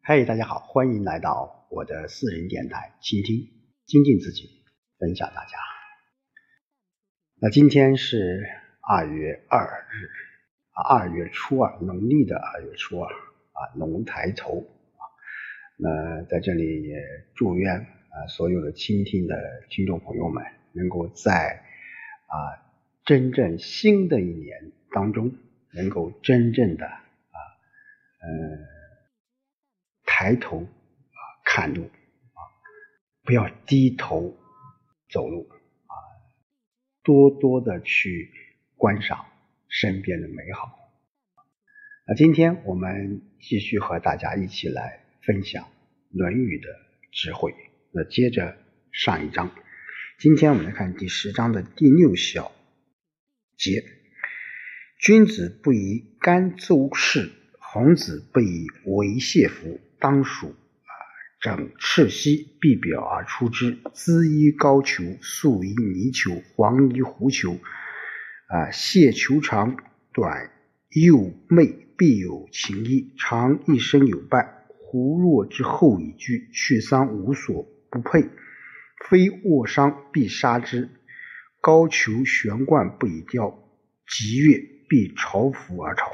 嗨，大家好，欢迎来到我的私人电台，倾听，精进自己，分享大家。那今天是2月2日，2月初二，农历的2月初二龙抬头那在这里也祝愿所有的倾听的听众朋友们能够在真正新的一年当中，能够真正的抬头看路不要低头走路多多的去观赏身边的美好。那今天我们继续和大家一起来分享《论语》的智慧。那接着上一章，今天我们来看第10章的第6小节。君子不以干邹市，孔子不以为谢服。当属整赤兮，必表而出之。兹衣高裘，素衣泥裘，黄衣狐裘。谢裘长，短右昧，必有情衣。长一身有伴，胡若之后已居。去丧无所不配，非卧伤必杀之。高裘悬冠不以雕，吉乐必朝服而朝。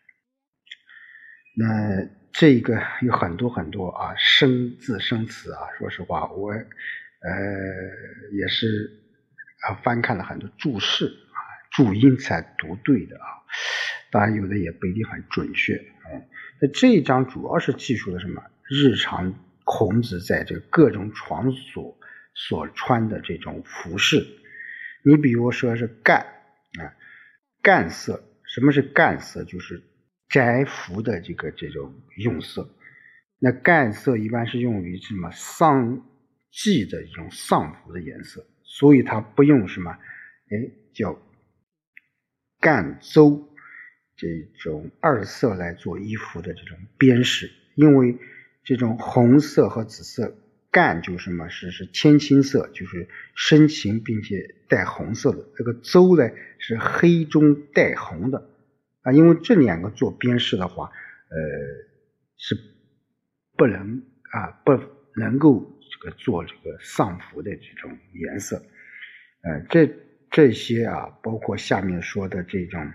那这个有很多生词说实话我也是翻看了很多注释注音才读对的当然有的也不一定很准确那这一章主要是记述了什么？日常孔子在这个各种场所所穿的这种服饰。你比如说是干色。什么是干色？就是斋服的这种用色。那干色一般是用于什么？丧祭的这种丧服的颜色，所以它不用什么叫干邹这种二色来做衣服的这种边饰。因为这种红色和紫色，干就是什么？是天青色，就是深情并且带红色的。这个邹呢是黑中带红的因为这两个做边饰的话是不能够做这个丧服的这种颜色这些包括下面说的这种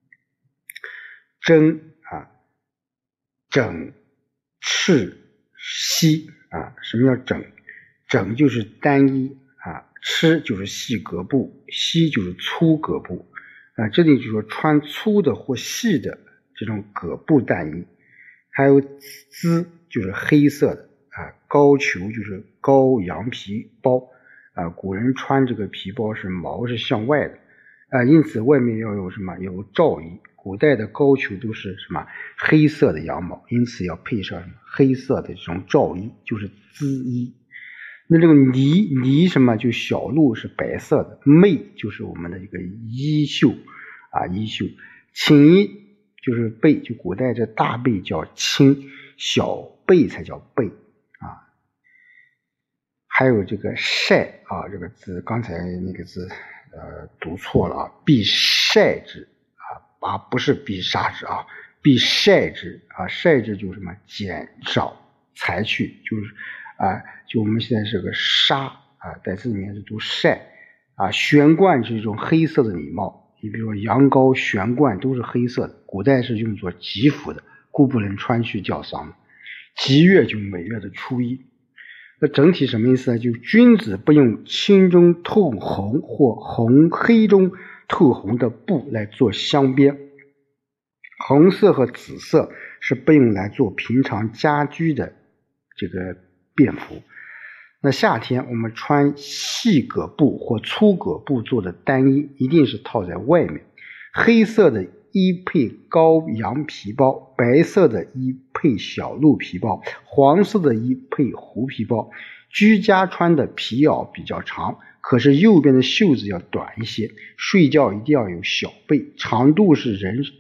整赤兮什么叫整？整就是单一赤就是细革布，兮就是粗革布这里就说穿粗的或细的这种革布单衣。还有缁就是黑色的高裘就是高羊皮包古人穿这个皮包是毛是向外的因此外面要有什么？有罩衣。古代的高裘都是什么？黑色的羊毛，因此要配上什么？黑色的这种罩衣，就是缁衣。那这个呢什么？就小鹿是白色的。昧就是我们的这个衣袖衣袖。寝衣就是被，就古代这大被叫寝，小被才叫被还有这个晒这个字，刚才那个字读错了必晒之不是必杀之必晒之晒之就是什么？减少裁去，就是就我们现在是个杀在字里面是读晒悬冠是一种黑色的礼帽。你比如说羊羔悬冠都是黑色的，古代是用作吉服的，故不能穿去吊丧。吉月就每月的初一。那整体什么意思呢？就君子不用青中透红或黑中透红的布来做镶边。红色和紫色是不用来做平常家居的这个便服。那夏天我们穿细革布或粗革布做的单衣，一定是套在外面。黑色的衣配高羊皮包，白色的衣配小鹿皮包，黄色的衣配狐皮包。居家穿的皮袄比较长，可是右边的袖子要短一些。睡觉一定要有小被，长度是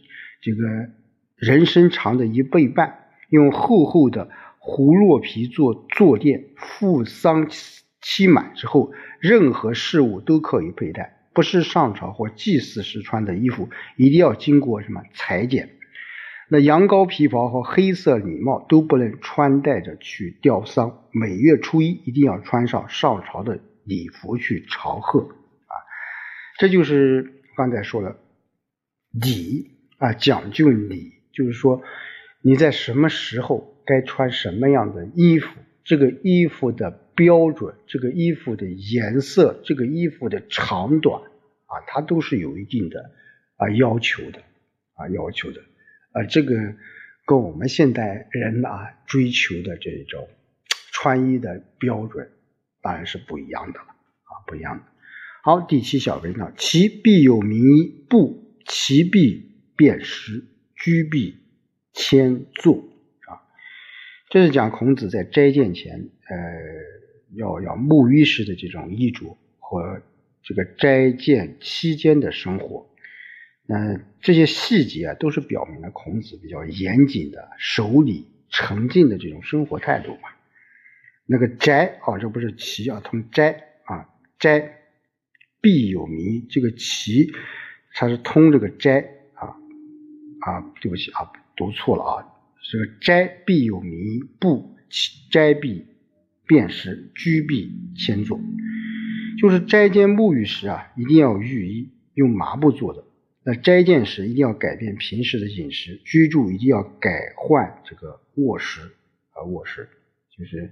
人身长的1倍半，用厚厚的胡络皮做坐垫，服丧期满之后，任何事物都可以佩戴。不是上朝或祭祀时穿的衣服，一定要经过什么裁剪。 那羊羔皮袍和黑色礼帽都不能穿戴着去吊丧，每月初一一定要穿上上朝的礼服去朝贺啊。这就是刚才说了礼啊，讲究礼，就是说你在什么时候该穿什么样的衣服，这个衣服的标准，这个衣服的颜色，这个衣服的长短啊，它都是有一定的要求的。这个跟我们现代人追求的这种穿衣的标准当然是不一样的了不一样的。好，第7小文章，其必有名医，不其必辨识，居必迁坐这是讲孔子在斋戒前要沐浴时的这种衣着和这个斋戒期间的生活。这些细节都是表明了孔子比较严谨的守礼沉静的这种生活态度嘛。那个斋这不是齐通斋斋必有名，这个齐它是通这个斋对不起读错了这个斋必有名，不斋必辨识，居必迁坐。就是斋戒沐浴时一定要有浴衣，用麻布做的。那斋戒时一定要改变平时的饮食，居住一定要改换这个卧室就是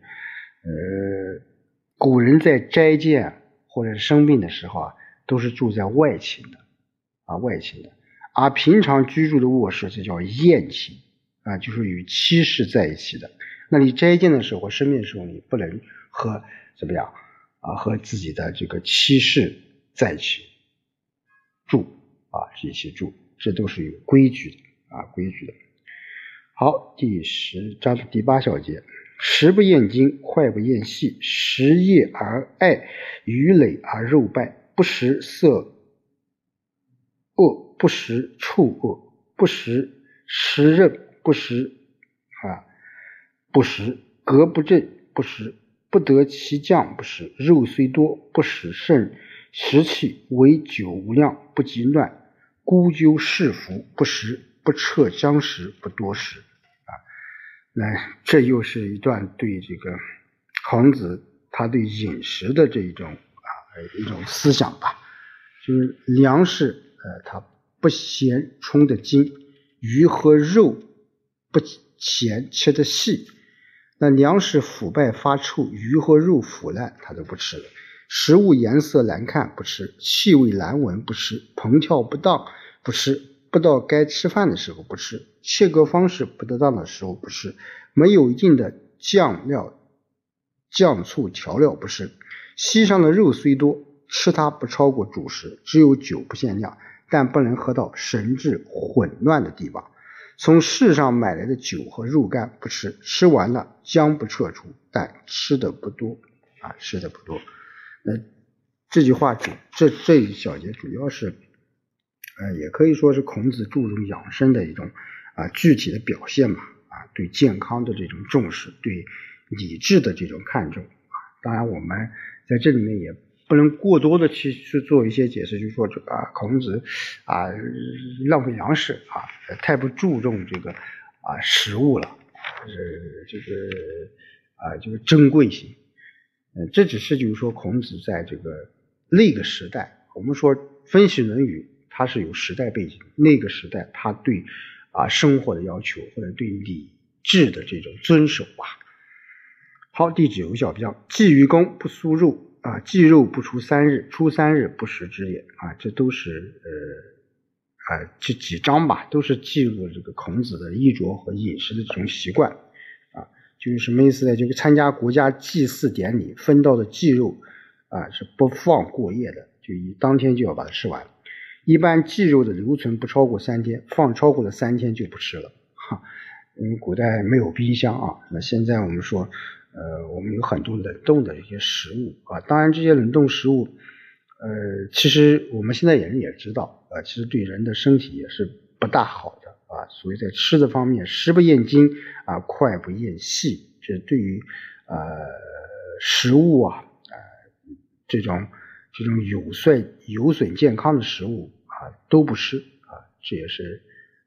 古人在斋戒或者生病的时候都是住在外寝的而平常居住的卧室就叫宴寝就是与妻室在一起的。那你斋戒的时候生病的时候，你不能和怎么样和自己的这个妻室在一起住这都是有规矩的好，第10章第8小节，食不厌精，脍不厌细，食叶而爱，鱼累而肉败，不食色恶，不食臭恶，不食食任，不食膈不正，不食不得其酱，不食肉虽多，不食甚食气，惟酒无量，不及乱，孤鸠适服，不食不彻将食，不多食那这又是一段对这个孔子他对饮食的这一种思想吧。就是粮食它不咸充的精，鱼和肉不咸切的细。那粮食腐败发臭，鱼和肉腐烂，他都不吃了。食物颜色难看不吃，气味难闻不吃，烹调不当不吃，不到该吃饭的时候不吃，切割方式不得当的时候不吃，没有一定的酱料酱醋调料不吃。膝上的肉虽多，吃它不超过主食，只有酒不限量，但不能喝到神志混乱的地方。从市上买来的酒和肉干不吃，吃完了将不撤出，但吃的不多这句话这一小节主要是也可以说是孔子注重养生的一种具体的表现嘛对健康的这种重视，对理智的这种看重当然我们在这里面也不能过多的去做一些解释，就是说这个孔子浪费粮食太不注重这个食物了，这个珍贵性。这只是就是说孔子在这个那个时代，我们说分析《论语》，它是有时代背景，那个时代他对生活的要求或者对礼制的这种遵守吧。好，第9小章，祭于公不酥肉祭肉不出3日，出3日不食之也这都是这几章吧，都是记录了这个孔子的衣着和饮食的这种习惯就是什么意思呢？就是参加国家祭祀典礼分到的祭肉是不放过夜的，就当天就要把它吃完。一般祭肉的留存不超过3天，放超过了3天就不吃了因为古代没有冰箱那现在我们说我们有很多冷冻的一些食物当然这些冷冻食物其实我们现在人也知道其实对人的身体也是不大好的所以在吃的方面，食不厌精脍不厌细，这对于食物这种有损健康的食物都不吃这也是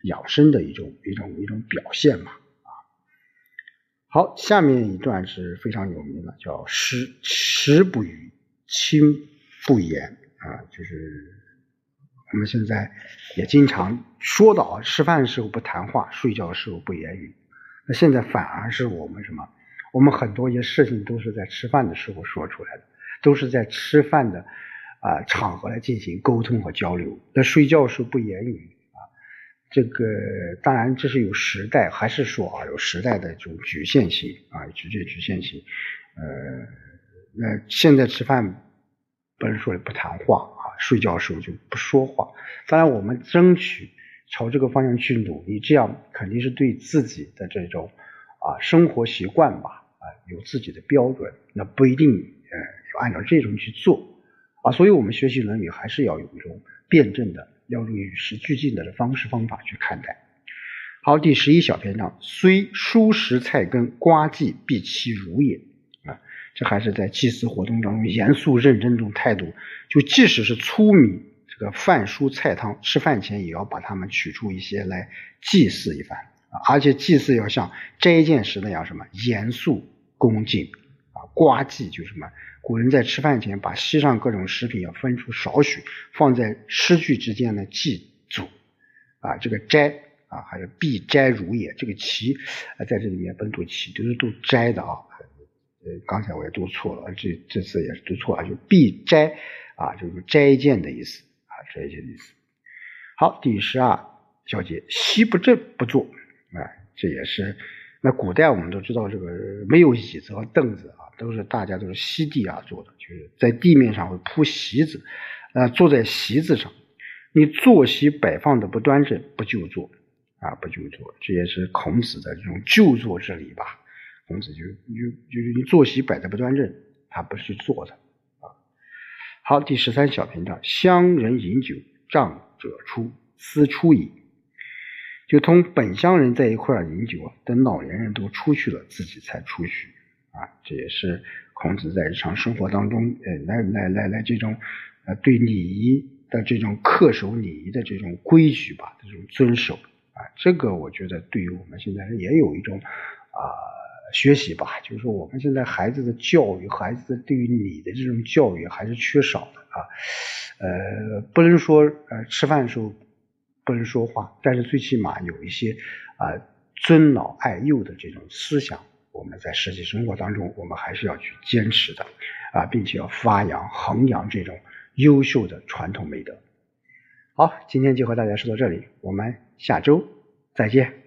养生的一种表现嘛。好，下面一段是非常有名的，叫食不语，亲不言啊，就是我们现在也经常说到吃饭的时候不谈话，睡觉的时候不言语。那现在反而是我们我们很多一些事情都是在吃饭的时候说出来的，都是在吃饭的场合来进行沟通和交流。那睡觉的时候不言语这个当然这是有时代，还是说有时代的这种局限性局限性。那现在吃饭不是说不谈话睡觉的时候就不说话。当然我们争取朝这个方向去努力，这样肯定是对自己的这种生活习惯吧有自己的标准，那不一定要按照这种去做所以我们学习《论语》还是要有一种辩证的，要用与时俱进的方式方法去看待。好，第11小篇章，虽蔬食菜羹，瓜祭必其如也这还是在祭祀活动当中严肃认真这种态度，就即使是粗米这个饭蔬菜汤，吃饭前也要把它们取出一些来祭祀一番而且祭祀要像斋戒时那样严肃恭敬瓜祭就是古人在吃饭前把席上各种食品要分出少许，放在诗句之间呢祭祖这个斋还有必斋如也，这个其在这里面不能读其，都是读斋的刚才我也读错了，这次也是读错了，就必斋就是斋戒的意思斋戒的意思。好，第12小节，席不正不坐这也是那古代我们都知道这个没有椅子和凳子大家都是席地坐的，就是在地面上会铺席子坐在席子上，你坐席摆放的不端正，不就坐不就坐，这也是孔子的这种就坐之礼吧。孔子就是你坐席摆的不端正，他不是坐的好，第13小篇章，乡人饮酒，长者出，斯出矣。就同本乡人在一块饮酒等老年人都出去了，自己才出去这也是孔子在日常生活当中来这种对礼仪的这种恪守礼仪的这种规矩吧，这种遵守这个我觉得对于我们现在也有一种学习吧，就是说我们现在孩子的教育，孩子对于礼的这种教育还是缺少的不能说吃饭的时候不能说话，但是最起码有一些尊老爱幼的这种思想，我们在实际生活当中我们还是要去坚持的并且要发扬弘扬这种优秀的传统美德。好，今天就和大家说到这里，我们下周再见。